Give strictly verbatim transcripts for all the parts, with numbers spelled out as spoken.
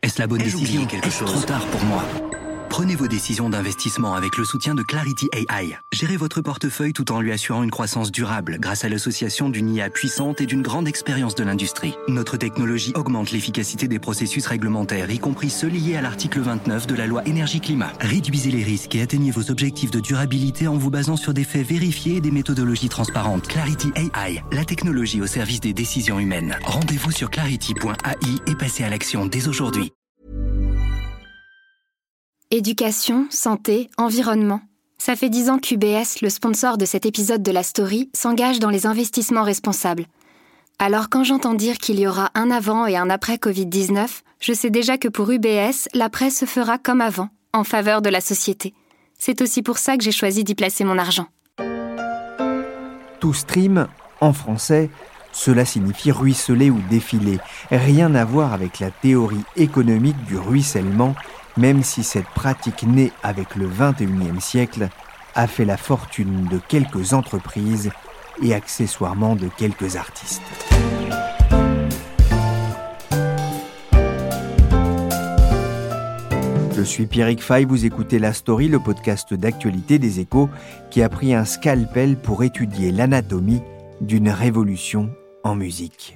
Est-ce la bonne Ai-je décision? oublié quelque Est-ce chose? trop tard pour moi? Prenez vos décisions d'investissement avec le soutien de Clarity A I. Gérez votre portefeuille tout en lui assurant une croissance durable grâce à l'association d'une I A puissante et d'une grande expérience de l'industrie. Notre technologie augmente l'efficacité des processus réglementaires, y compris ceux liés à l'article vingt-neuf de la loi énergie-climat. Réduisez les risques et atteignez vos objectifs de durabilité en vous basant sur des faits vérifiés et des méthodologies transparentes. Clarity A I, la technologie au service des décisions humaines. Rendez-vous sur clarity point A I et passez à l'action dès aujourd'hui. Éducation, santé, environnement. Ça fait dix ans qu'U B S, le sponsor de cet épisode de la story, s'engage dans les investissements responsables. Alors quand j'entends dire qu'il y aura un avant et un après covid dix-neuf, je sais déjà que pour U B S, l'après se fera comme avant, en faveur de la société. C'est aussi pour ça que j'ai choisi d'y placer mon argent. To stream, en français, cela signifie ruisseler ou défiler. Rien à voir avec la théorie économique du ruissellement, même si cette pratique née avec le vingt et unième siècle a fait la fortune de quelques entreprises et accessoirement de quelques artistes. Je suis Pierrick Fay, vous écoutez La Story, le podcast d'actualité des Échos qui a pris un scalpel pour étudier l'anatomie d'une révolution en musique.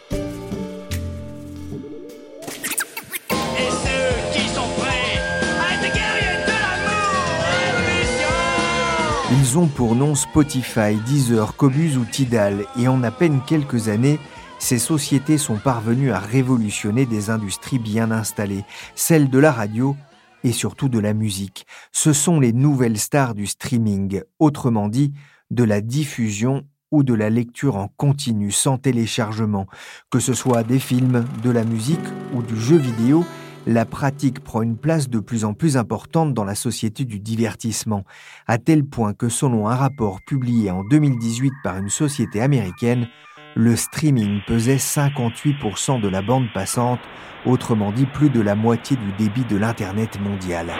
Ils ont pour nom Spotify, Deezer, Qobuz ou Tidal, et en à peine quelques années, ces sociétés sont parvenues à révolutionner des industries bien installées, celles de la radio et surtout de la musique. Ce sont les nouvelles stars du streaming, autrement dit, de la diffusion ou de la lecture en continu, sans téléchargement. Que ce soit des films, de la musique ou du jeu vidéo, la pratique prend une place de plus en plus importante dans la société du divertissement, à tel point que selon un rapport publié en deux mille dix-huit par une société américaine, le streaming pesait cinquante-huit pour cent de la bande passante, autrement dit plus de la moitié du débit de l'Internet mondial.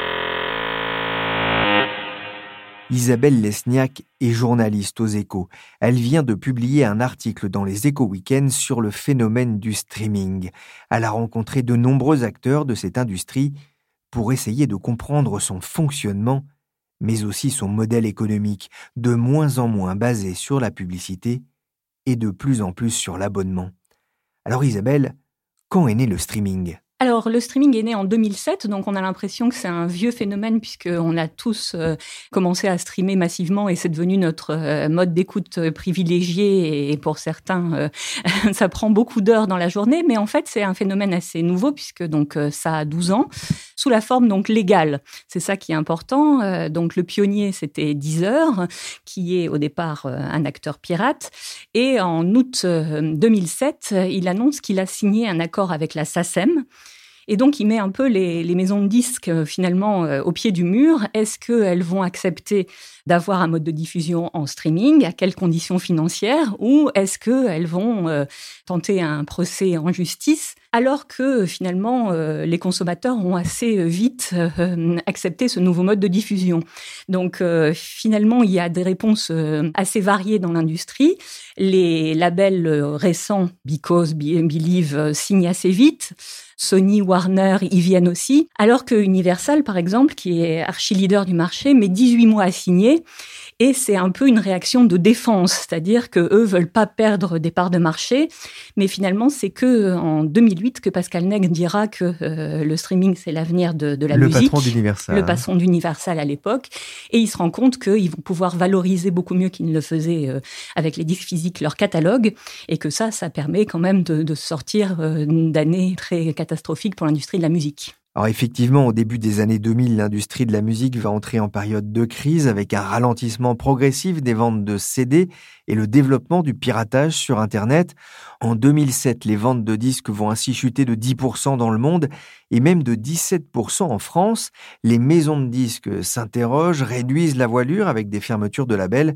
Isabelle Lesniak est journaliste aux Échos. Elle vient de publier un article dans les Échos Week-end sur le phénomène du streaming. Elle a rencontré de nombreux acteurs de cette industrie pour essayer de comprendre son fonctionnement, mais aussi son modèle économique, de moins en moins basé sur la publicité et de plus en plus sur l'abonnement. Alors Isabelle, quand est né le streaming ? Alors, le streaming est né en deux mille sept, donc on a l'impression que c'est un vieux phénomène puisqu'on a tous euh, commencé à streamer massivement et c'est devenu notre euh, mode d'écoute privilégié et pour certains, euh, ça prend beaucoup d'heures dans la journée, mais en fait, c'est un phénomène assez nouveau puisque donc euh, ça a douze ans, sous la forme donc légale. C'est ça qui est important. Euh, donc, le pionnier, c'était Deezer, qui est au départ euh, un acteur pirate. Et en août euh, deux mille sept, il annonce qu'il a signé un accord avec la SACEM. Et donc, il met un peu les, les maisons de disques, euh, finalement, euh, au pied du mur. Est-ce qu'elles vont accepter d'avoir un mode de diffusion en streaming? À quelles conditions financières? Ou est-ce qu'elles vont euh, tenter un procès en justice? Alors que, finalement, euh, les consommateurs ont assez vite euh, accepté ce nouveau mode de diffusion. Donc, euh, finalement, il y a des réponses euh, assez variées dans l'industrie. Les labels euh, récents, Because, Believe, euh, signent assez vite. Sony, Warner y viennent aussi, alors que Universal, par exemple, qui est archi-leader du marché, met dix-huit mois à signer. Et c'est un peu une réaction de défense, c'est-à-dire qu'eux veulent pas perdre des parts de marché. Mais finalement, c'est que en deux mille huit que Pascal Nègre dira que euh, le streaming, c'est l'avenir de, de la le musique. Le patron d'Universal. Le patron d'Universal à l'époque. Et il se rend compte qu'ils vont pouvoir valoriser beaucoup mieux qu'ils ne le faisaient euh, avec les disques physiques, leur catalogue. Et que ça, ça permet quand même de, de sortir euh, d'années très catastrophiques pour l'industrie de la musique. Alors effectivement, au début des années deux mille, l'industrie de la musique va entrer en période de crise avec un ralentissement progressif des ventes de C D et le développement du piratage sur Internet. En deux mille sept, les ventes de disques vont ainsi chuter de dix pour cent dans le monde et même de dix-sept pour cent en France. Les maisons de disques s'interrogent, réduisent la voilure avec des fermetures de labels.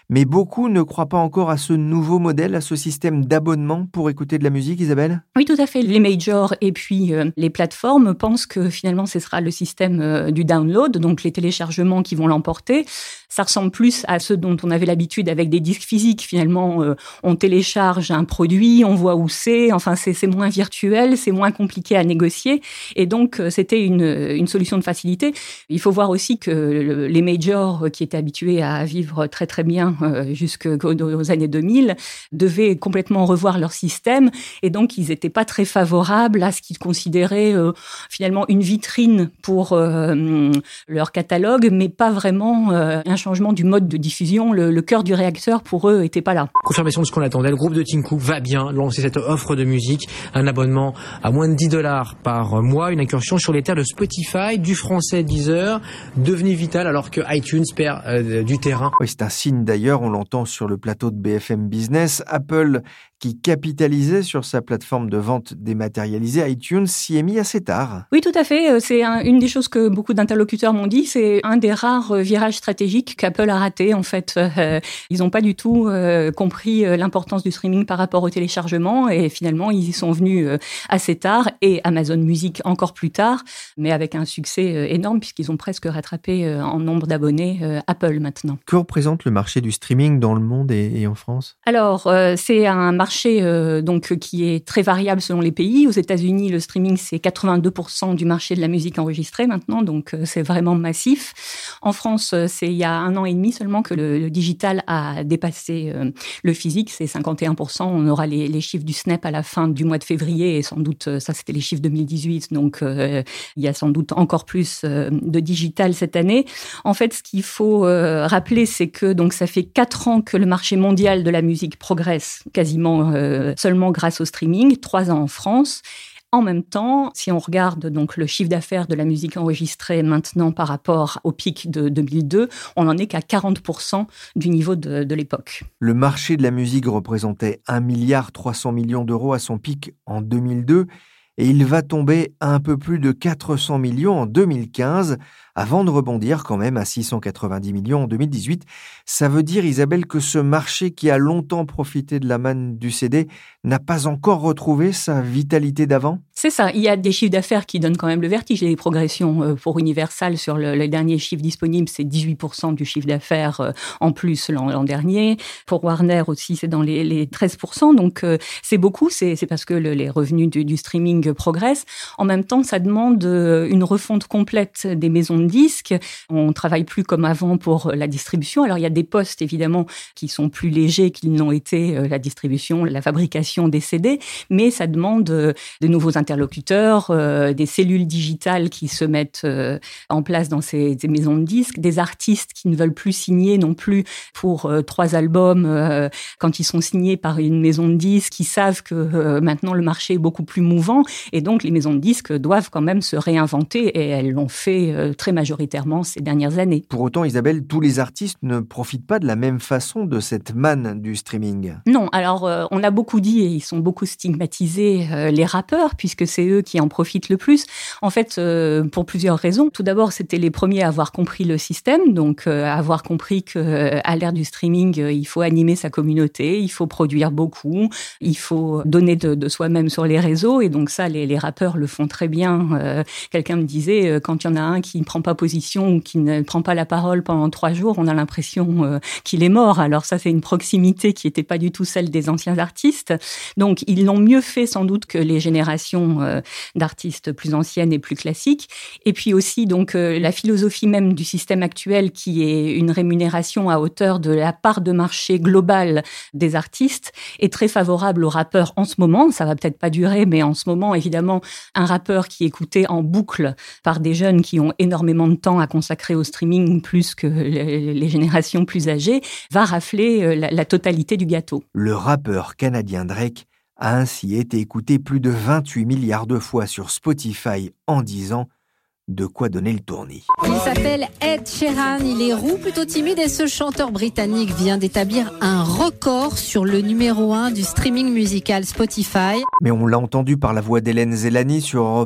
Mais beaucoup ne croient pas encore à ce nouveau modèle, à ce système d'abonnement pour écouter de la musique, Isabelle ? Oui, tout à fait. Les majors et puis euh, les plateformes pensent que finalement, ce sera le système euh, du download, donc les téléchargements qui vont l'emporter. Ça ressemble plus à ceux dont on avait l'habitude avec des disques physiques. Finalement, euh, on télécharge un produit, on voit où c'est. Enfin, c'est, c'est moins virtuel, c'est moins compliqué à négocier. Et donc, euh, c'était une, une solution de facilité. Il faut voir aussi que le, les majors qui étaient habitués à vivre très très bien euh, jusqu'aux années deux mille devaient complètement revoir leur système. Et donc, ils n'étaient pas très favorables à ce qu'ils considéraient euh, finalement une vitrine pour euh, leur catalogue, mais pas vraiment euh, un changement du mode de diffusion. Le, le cœur du réacteur, pour eux, n'était pas là. Confirmation de ce qu'on attendait. Le groupe de Tim Cook va bien lancer cette offre de musique. Un abonnement à moins de dix dollars par mois. Une incursion sur les terres de Spotify, du français Deezer, devenu vital alors que iTunes perd euh, du terrain. Oui, c'est un signe d'ailleurs, on l'entend sur le plateau de B F M Business. Apple, qui capitalisait sur sa plateforme de vente dématérialisée, iTunes, s'y est mis assez tard. Oui, tout à fait. C'est un, une des choses que beaucoup d'interlocuteurs m'ont dit. C'est un des rares virages stratégiques qu'Apple a raté, en fait. Euh, ils n'ont pas du tout euh, compris l'importance du streaming par rapport au téléchargement et finalement, ils y sont venus euh, assez tard et Amazon Music encore plus tard, mais avec un succès euh, énorme puisqu'ils ont presque rattrapé euh, en nombre d'abonnés euh, Apple maintenant. Que représente le marché du streaming dans le monde et, et en France ? Alors, euh, c'est un marché marché euh, donc qui est très variable selon les pays. Aux États-Unis, le streaming c'est quatre-vingt-deux pour cent du marché de la musique enregistrée maintenant, donc euh, c'est vraiment massif. En France, c'est il y a un an et demi seulement que le, le digital a dépassé euh, le physique, c'est cinquante et un pour cent. On aura les, les chiffres du Snap à la fin du mois de février et sans doute ça c'était les chiffres deux mille dix-huit, donc euh, il y a sans doute encore plus euh, de digital cette année. En fait, ce qu'il faut euh, rappeler, c'est que donc ça fait quatre ans que le marché mondial de la musique progresse quasiment Euh, seulement grâce au streaming, trois ans en France. En même temps, si on regarde donc le chiffre d'affaires de la musique enregistrée maintenant par rapport au pic de deux mille deux, on n'en est qu'à quarante pour cent du niveau de, de l'époque. Le marché de la musique représentait un milliard trois cents millions d'euros à son pic en deux mille deux et il va tomber à un peu plus de quatre cents millions en deux mille quinze, avant de rebondir quand même à six cent quatre-vingt-dix millions en deux mille dix-huit. Ça veut dire, Isabelle, que ce marché qui a longtemps profité de la manne du C D n'a pas encore retrouvé sa vitalité d'avant ? C'est ça. Il y a des chiffres d'affaires qui donnent quand même le vertige. Les progressions pour Universal sur le, le dernier chiffre disponible, c'est dix-huit pour cent du chiffre d'affaires en plus l'an, l'an dernier. Pour Warner aussi, c'est dans les, les treize pour cent. Donc, euh, c'est beaucoup. C'est, c'est parce que le, les revenus du, du streaming progressent. En même temps, ça demande une refonte complète des maisons de disques. On travaille plus comme avant pour la distribution. Alors, il y a des postes, évidemment, qui sont plus légers qu'ils n'ont été la distribution, la fabrication des C D, mais ça demande de nouveaux interlocuteurs, euh, des cellules digitales qui se mettent euh, en place dans ces, ces maisons de disques, des artistes qui ne veulent plus signer non plus pour euh, trois albums euh, quand ils sont signés par une maison de disques, qui savent que euh, maintenant le marché est beaucoup plus mouvant et donc les maisons de disques doivent quand même se réinventer et elles l'ont fait euh, très majoritairement ces dernières années. Pour autant, Isabelle, tous les artistes ne profitent pas de la même façon de cette manne du streaming. Non, alors euh, on a beaucoup dit et ils sont beaucoup stigmatisés euh, les rappeurs puisque c'est eux qui en profitent le plus. En fait, euh, pour plusieurs raisons. Tout d'abord, c'était les premiers à avoir compris le système, donc euh, à avoir compris que euh, à l'ère du streaming, euh, il faut animer sa communauté, il faut produire beaucoup, il faut donner de, de soi-même sur les réseaux et donc ça, les, les rappeurs le font très bien. Euh, quelqu'un me disait, euh, quand il y en a un qui ne prend pas position ou qui ne prend pas la parole pendant trois jours, on a l'impression euh, qu'il est mort. Alors ça, c'est une proximité qui n'était pas du tout celle des anciens artistes. Donc, ils l'ont mieux fait sans doute que les générations euh, d'artistes plus anciennes et plus classiques. Et puis aussi, donc, euh, la philosophie même du système actuel qui est une rémunération à hauteur de la part de marché globale des artistes est très favorable aux rappeurs en ce moment. Ça va peut-être pas durer, mais en ce moment, évidemment, un rappeur qui est écouté en boucle par des jeunes qui ont énormément de temps à consacrer au streaming plus que les, les générations plus âgées va rafler la, la totalité du gâteau. Le rappeur canadien Drake a ainsi été écouté plus de vingt-huit milliards de fois sur Spotify en dix ans. De quoi donner le tournis. Il s'appelle Ed Sheeran, il est roux, plutôt timide et ce chanteur britannique vient d'établir un record sur le numéro un du streaming musical Spotify. Mais on l'a entendu par la voix d'Hélène Zellani sur Europe un,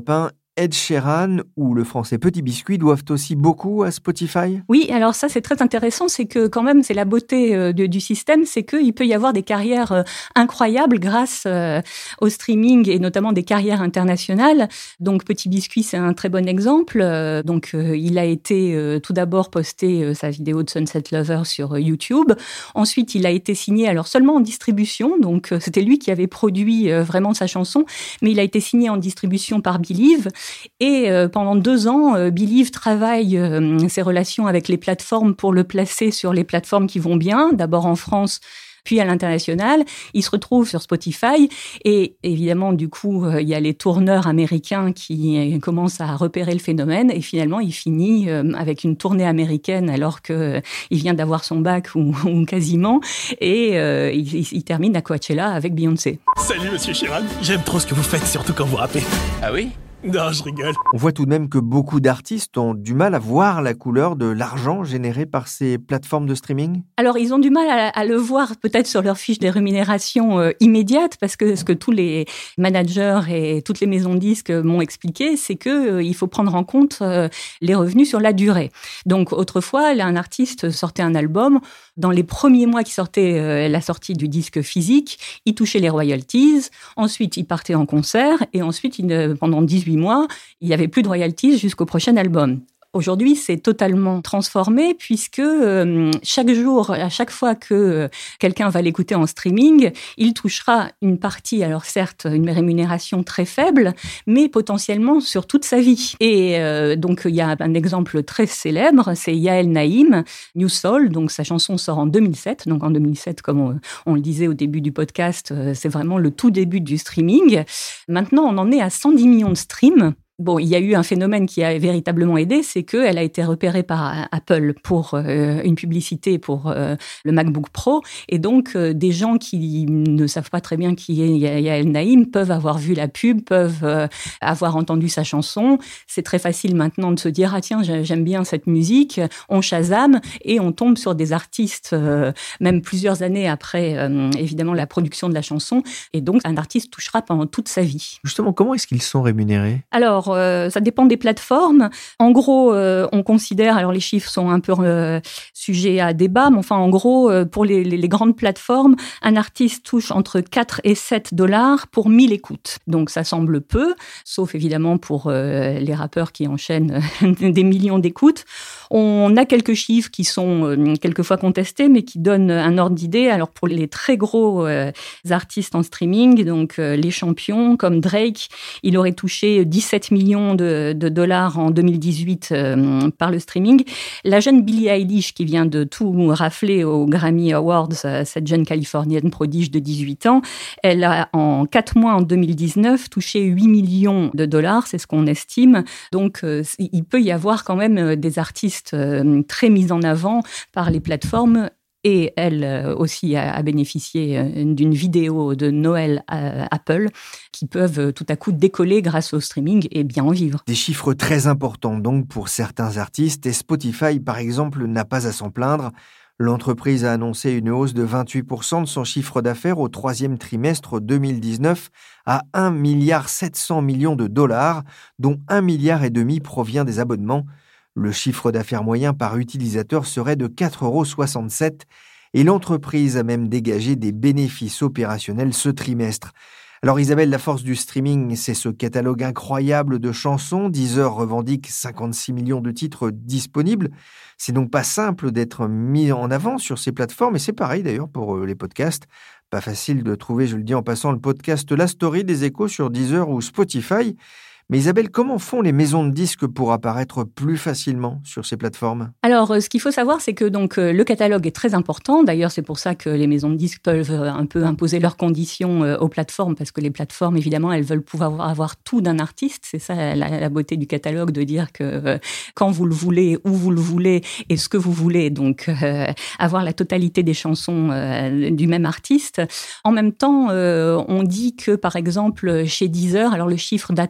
Ed Sheeran ou le français Petit Biscuit doivent aussi beaucoup à Spotify ? Oui, alors ça c'est très intéressant, c'est que quand même c'est la beauté euh, de, du système, c'est qu'il peut y avoir des carrières euh, incroyables grâce euh, au streaming et notamment des carrières internationales. Donc Petit Biscuit c'est un très bon exemple. Euh, donc euh, il a été euh, tout d'abord posté euh, sa vidéo de Sunset Lover sur euh, YouTube. Ensuite il a été signé alors seulement en distribution, donc euh, c'était lui qui avait produit euh, vraiment sa chanson, mais il a été signé en distribution par Believe. Et euh, pendant deux ans, euh, Believe travaille euh, ses relations avec les plateformes pour le placer sur les plateformes qui vont bien, d'abord en France, puis à l'international. Il se retrouve sur Spotify et évidemment, du coup, euh, il y a les tourneurs américains qui euh, commencent à repérer le phénomène et finalement, il finit euh, avec une tournée américaine alors qu'il euh, vient d'avoir son bac ou, ou quasiment et euh, il, il termine à Coachella avec Beyoncé. Salut Monsieur Sheeran, j'aime trop ce que vous faites, surtout quand vous rappez. Ah oui ? Non, je rigole. On voit tout de même que beaucoup d'artistes ont du mal à voir la couleur de l'argent généré par ces plateformes de streaming. Alors, ils ont du mal à, à le voir peut-être sur leur fiche des rémunérations euh, immédiates parce que ce que tous les managers et toutes les maisons de disques m'ont expliqué, c'est que euh, il faut prendre en compte euh, les revenus sur la durée. Donc, autrefois, là, un artiste sortait un album. Dans les premiers mois qui sortaient euh, la sortie du disque physique, il touchait les royalties. Ensuite, il partait en concert et ensuite, il, pendant dix-huit mois, il n'y avait plus de royalties jusqu'au prochain album. Aujourd'hui, c'est totalement transformé puisque euh, chaque jour, à chaque fois que euh, quelqu'un va l'écouter en streaming, il touchera une partie, alors certes, une rémunération très faible, mais potentiellement sur toute sa vie. Et euh, donc, il y a un exemple très célèbre, c'est Yael Naïm, New Soul, donc sa chanson sort en deux mille sept. Donc en deux mille sept, comme on, on le disait au début du podcast, euh, c'est vraiment le tout début du streaming. Maintenant, on en est à cent dix millions de streams. Bon, il y a eu un phénomène qui a véritablement aidé, c'est qu'elle a été repérée par Apple pour euh, une publicité pour euh, le MacBook Pro. Et donc, euh, des gens qui ne savent pas très bien qui est Yael Naïm peuvent avoir vu la pub, peuvent euh, avoir entendu sa chanson. C'est très facile maintenant de se dire « Ah tiens, j'aime bien cette musique ». On Shazam et on tombe sur des artistes, euh, même plusieurs années après, euh, évidemment, la production de la chanson. Et donc, un artiste touchera pendant toute sa vie. Justement, comment est-ce qu'ils sont rémunérés ? Alors, Euh, ça dépend des plateformes. En gros, euh, on considère, alors les chiffres sont un peu euh, sujets à débat, mais enfin, en gros, euh, pour les, les, les grandes plateformes, un artiste touche entre quatre et sept dollars pour mille écoutes. Donc, ça semble peu, sauf évidemment pour euh, les rappeurs qui enchaînent des millions d'écoutes. On a quelques chiffres qui sont euh, quelquefois contestés, mais qui donnent un ordre d'idée. Alors, pour les très gros euh, artistes en streaming, donc euh, les champions, comme Drake, il aurait touché dix-sept millions de, de dollars en deux mille dix-huit euh, par le streaming. La jeune Billie Eilish, qui vient de tout rafler aux Grammy Awards, euh, cette jeune Californienne prodige de dix-huit ans, elle a en quatre mois en deux mille dix-neuf touché huit millions de dollars, c'est ce qu'on estime. Donc, euh, il peut y avoir quand même des artistes euh, très mis en avant par les plateformes. Et elle aussi a bénéficié d'une vidéo de Noël à Apple qui peuvent tout à coup décoller grâce au streaming et bien en vivre. Des chiffres très importants donc pour certains artistes et Spotify par exemple n'a pas à s'en plaindre. L'entreprise a annoncé une hausse de vingt-huit pour cent de son chiffre d'affaires au troisième trimestre deux mille dix-neuf à un virgule sept milliard de dollars, dont un virgule cinq milliard provient des abonnements. Le chiffre d'affaires moyen par utilisateur serait de quatre euros soixante-sept et l'entreprise a même dégagé des bénéfices opérationnels ce trimestre. Alors Isabelle, la force du streaming, c'est ce catalogue incroyable de chansons. Deezer revendique cinquante-six millions de titres disponibles. C'est donc pas simple d'être mis en avant sur ces plateformes et c'est pareil d'ailleurs pour les podcasts. Pas facile de trouver, je le dis en passant, le podcast La Story des Échos sur Deezer ou Spotify. Mais Isabelle, comment font les maisons de disques pour apparaître plus facilement sur ces plateformes ? Alors, ce qu'il faut savoir, c'est que donc le catalogue est très important. D'ailleurs, c'est pour ça que les maisons de disques peuvent un peu imposer leurs conditions aux plateformes, parce que les plateformes, évidemment, elles veulent pouvoir avoir tout d'un artiste. C'est ça la, la beauté du catalogue, de dire que quand vous le voulez, où vous le voulez et ce que vous voulez, donc euh, avoir la totalité des chansons euh, du même artiste. En même temps, euh, on dit que, par exemple, chez Deezer, alors le chiffre date un peu,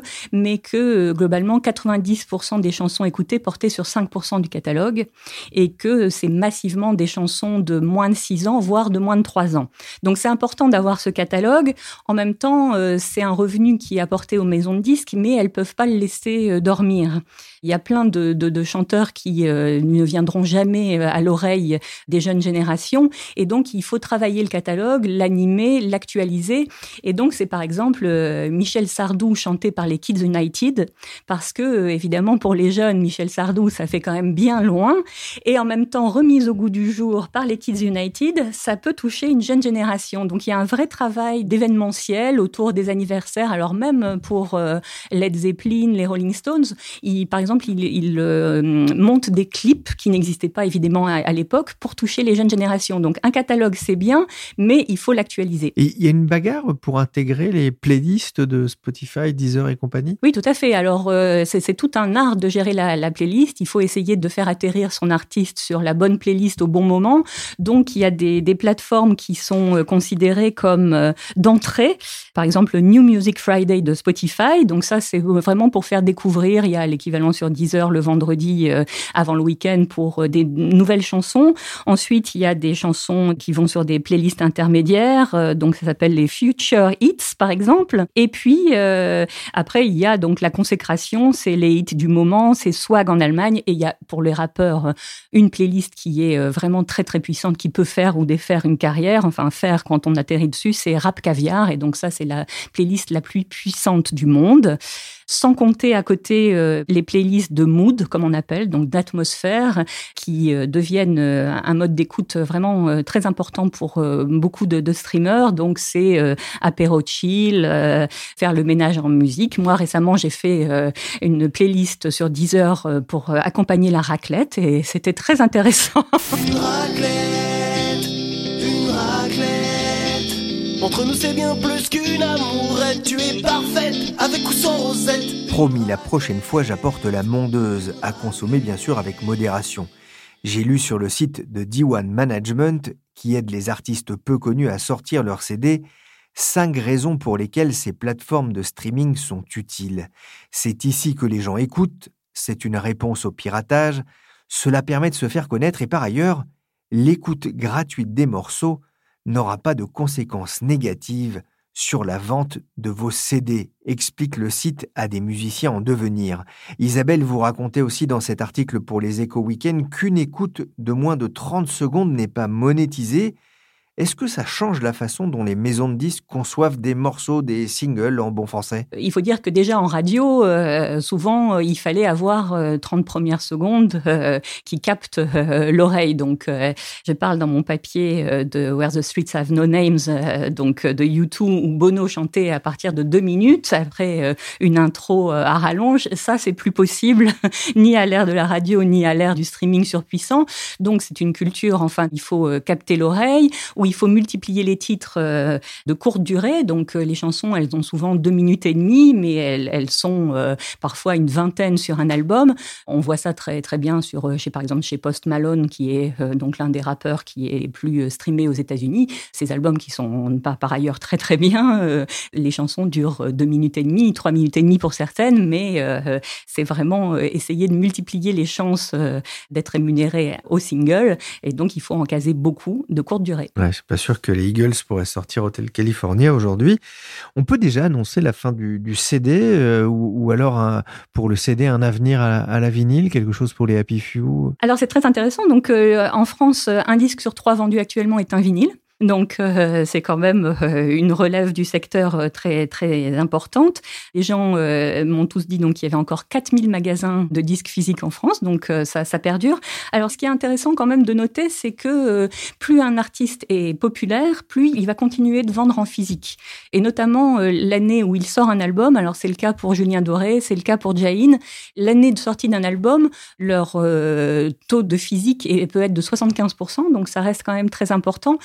mais que globalement quatre-vingt-dix pour cent des chansons écoutées portaient sur cinq pour cent du catalogue et que c'est massivement des chansons de moins de six ans, voire de moins de trois ans. Donc c'est important d'avoir ce catalogue. En même temps, euh, c'est un revenu qui est apporté aux maisons de disques, mais elles peuvent pas le laisser euh, dormir. Il y a plein de, de, de chanteurs qui euh, ne viendront jamais à l'oreille des jeunes générations, et donc il faut travailler le catalogue, l'animer, l'actualiser. Et donc c'est par exemple euh, Michel Sardou chanté par les Kids United, parce que euh, évidemment pour les jeunes, Michel Sardou, ça fait quand même bien loin, et en même temps remise au goût du jour par les Kids United, ça peut toucher une jeune génération. Donc il y a un vrai travail d'événementiel autour des anniversaires. Alors même pour euh, Led Zeppelin, les Rolling Stones, il, par exemple, il, il euh, monte des clips qui n'existaient pas évidemment à, à l'époque pour toucher les jeunes générations. Donc un catalogue, c'est bien, mais il faut l'actualiser. Et il y a une bagarre pour intégrer les playlists de Spotify, Deezer et compagnie ? Oui, tout à fait. Alors euh, c'est, c'est tout un art de gérer la, la playlist. Il faut essayer de faire atterrir son artiste sur la bonne playlist au bon moment. Donc il y a des, des plateformes qui sont considérées comme euh, d'entrée. Par exemple, le New Music Friday de Spotify. Donc ça, c'est vraiment pour faire découvrir. Il y a l'équivalent sur Deezer le vendredi euh, avant le week-end pour euh, des nouvelles chansons. Ensuite, il y a des chansons qui vont sur des playlists intermédiaires. Euh, donc ça s'appelle les Future Hits, par exemple. Et puis, euh, après, il y a donc la consécration. C'est les hits du moment. C'est Swag en Allemagne. Et il y a, pour les rappeurs, une playlist qui est euh, vraiment très, très puissante, qui peut faire ou défaire une carrière. Enfin, faire quand on atterrit dessus, c'est Rap Caviar. Et donc ça, c'est la playlist la plus puissante du monde. Sans compter à côté euh, les playlists de mood, comme on appelle, donc d'atmosphère, qui euh, deviennent euh, un mode d'écoute vraiment euh, très important pour euh, beaucoup de, de streamers. Donc c'est euh, apéro chill, euh, faire le ménage en musique. Moi récemment j'ai fait euh, une playlist sur Deezer euh, pour euh, accompagner la raclette et c'était très intéressant. Une raclette, une raclette. Entre nous c'est bien plus qu'une amourette. Tu es parfaite, avec ou sans rosette. Promis, la prochaine fois j'apporte la mondeuse, à consommer bien sûr avec modération. J'ai lu sur le site de D un Management, qui aide les artistes peu connus à sortir leurs C D, cinq raisons pour lesquelles ces plateformes de streaming sont utiles. C'est ici que les gens écoutent, c'est une réponse au piratage, cela permet de se faire connaître et par ailleurs, l'écoute gratuite des morceaux n'aura pas de conséquences négatives sur la vente de vos C D, explique le site à des musiciens en devenir. Isabelle, vous racontez aussi dans cet article pour les Échos Week-end qu'une écoute de moins de trente secondes n'est pas monétisée. Est-ce que ça change la façon dont les maisons de disques conçoivent des morceaux, des singles en bon français ? Il faut dire que déjà en radio, euh, souvent, euh, il fallait avoir euh, trente premières secondes euh, qui captent euh, l'oreille. Donc, euh, je parle dans mon papier euh, de Where the Streets Have No Names, euh, donc de U deux, où Bono chantait à partir de deux minutes, après euh, une intro euh, à rallonge. Ça, c'est plus possible, ni à l'ère de la radio, ni à l'ère du streaming surpuissant. Donc, c'est une culture, enfin, il faut euh, capter l'oreille, où il faut multiplier les titres euh, de courte durée. Donc, euh, les chansons, elles ont souvent deux minutes et demie, mais elles, elles sont euh, parfois une vingtaine sur un album. On voit ça très, très bien sur, euh, chez, par exemple, chez Post Malone, qui est euh, donc l'un des rappeurs qui est plus euh, streamé aux États-Unis. Ces albums qui sont pas par ailleurs très, très bien. Euh, les chansons durent deux minutes et demie, trois minutes et demie pour certaines, mais euh, c'est vraiment euh, essayer de multiplier les chances euh, d'être rémunéré au single. Et donc, il faut en caser beaucoup de courte durée. Ouais. Je suis pas sûr que les Eagles pourraient sortir Hotel California aujourd'hui. On peut déjà annoncer la fin du, du C D euh, ou, ou alors un, pour le C D un avenir à, à la vinyle, quelque chose pour les Happy Few. Alors c'est très intéressant. Donc euh, en France, un disque sur trois vendu actuellement est un vinyle. Donc, euh, c'est quand même euh, une relève du secteur euh, très, très importante. Les gens euh, m'ont tous dit donc, qu'il y avait encore quatre mille magasins de disques physiques en France, donc euh, ça, ça perdure. Alors, ce qui est intéressant quand même de noter, c'est que euh, plus un artiste est populaire, plus il va continuer de vendre en physique. Et notamment, euh, l'année où il sort un album, alors c'est le cas pour Julien Doré, c'est le cas pour Jahin, l'année de sortie d'un album, leur euh, taux de physique est, peut être de soixante-quinze pour cent, donc ça reste quand même très important. Alors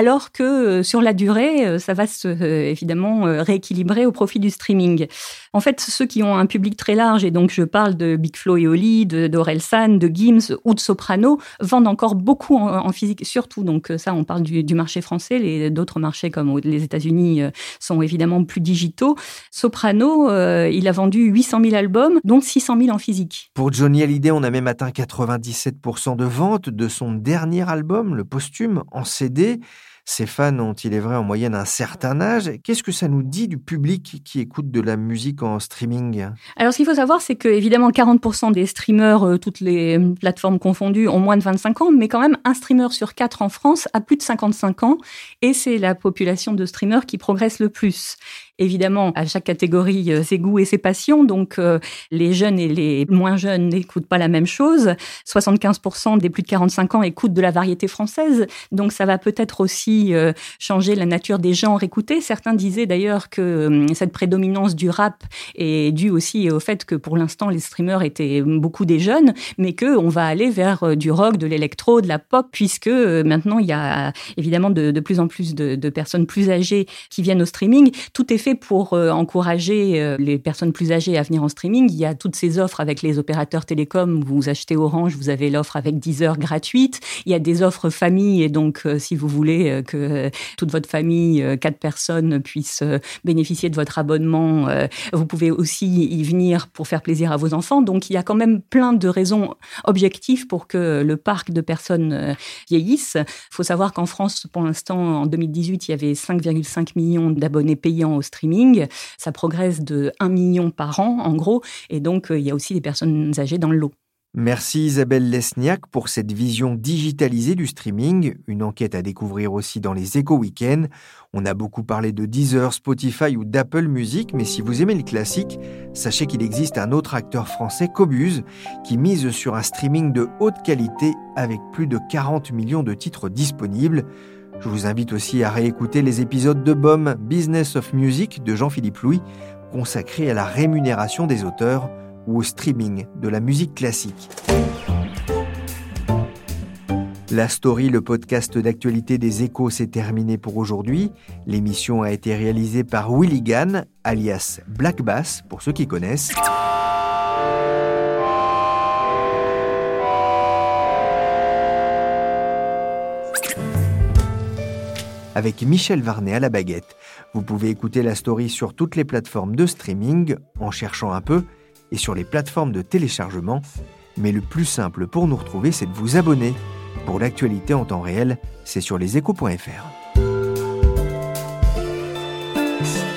alors que euh, sur la durée, euh, ça va se, euh, évidemment euh, rééquilibrer au profit du streaming. En fait, ceux qui ont un public très large, et donc je parle de Big Flo et Oli, de d'Orelsan, de Gims ou de Soprano, vendent encore beaucoup en, en physique, surtout. Donc ça, on parle du, du marché français. Les d'autres marchés comme les États-Unis euh, sont évidemment plus digitaux. Soprano, euh, il a vendu huit cent mille albums, dont six cent mille en physique. Pour Johnny Hallyday, on a même atteint quatre-vingt-dix-sept pour cent de ventes de son dernier album, le posthume, en C D. Ses fans ont, il est vrai, en moyenne un certain âge. Qu'est-ce que ça nous dit du public qui écoute de la musique en streaming ? Alors, ce qu'il faut savoir, c'est que, évidemment, quarante pour cent des streamers, euh, toutes les plateformes confondues, ont moins de vingt-cinq ans, mais quand même, un streamer sur quatre en France a plus de cinquante-cinq ans, et c'est la population de streamers qui progresse le plus. Évidemment, à chaque catégorie, euh, ses goûts et ses passions. Donc, euh, les jeunes et les moins jeunes n'écoutent pas la même chose. soixante-quinze pour cent des plus de quarante-cinq ans écoutent de la variété française. Donc, ça va peut-être aussi euh, changer la nature des genres écoutés. Certains disaient d'ailleurs que euh, cette prédominance du rap est due aussi au fait que, pour l'instant, les streamers étaient beaucoup des jeunes, mais qu'on va aller vers euh, du rock, de l'électro, de la pop, puisque euh, maintenant, il y a évidemment de, de plus en plus de, de personnes plus âgées qui viennent au streaming. Tout est fait pour euh, encourager euh, les personnes plus âgées à venir en streaming. Il y a toutes ces offres avec les opérateurs télécoms. Vous achetez Orange, vous avez l'offre avec Deezer gratuite. Il y a des offres famille, et donc euh, si vous voulez euh, que euh, toute votre famille, euh, quatre personnes, puissent euh, bénéficier de votre abonnement, euh, vous pouvez aussi y venir pour faire plaisir à vos enfants. Donc il y a quand même plein de raisons objectives pour que le parc de personnes euh, vieillisse. Il faut savoir qu'en France, pour l'instant, en deux mille dix-huit, il y avait cinq virgule cinq millions d'abonnés payants au streaming. Ça progresse de un million par an, en gros, et donc euh, il y a aussi des personnes âgées dans le lot. Merci Isabelle Lesniak pour cette vision digitalisée du streaming, une enquête à découvrir aussi dans les Échos Week-end. On a beaucoup parlé de Deezer, Spotify ou d'Apple Music, mais si vous aimez le classique, sachez qu'il existe un autre acteur français, Qobuz, qui mise sur un streaming de haute qualité avec plus de quarante millions de titres disponibles. Je vous invite aussi à réécouter les épisodes de B O M, Business of Music de Jean-Philippe Louis, consacrés à la rémunération des auteurs ou au streaming de la musique classique. La Story, le podcast d'actualité des Échos, s'est terminé pour aujourd'hui. L'émission a été réalisée par Willy Gann, alias Black Bass, pour ceux qui connaissent. Avec Michel Varnet à la baguette. Vous pouvez écouter La Story sur toutes les plateformes de streaming, en cherchant un peu, et sur les plateformes de téléchargement. Mais le plus simple pour nous retrouver, c'est de vous abonner. Pour l'actualité en temps réel, c'est sur leséchos point f r.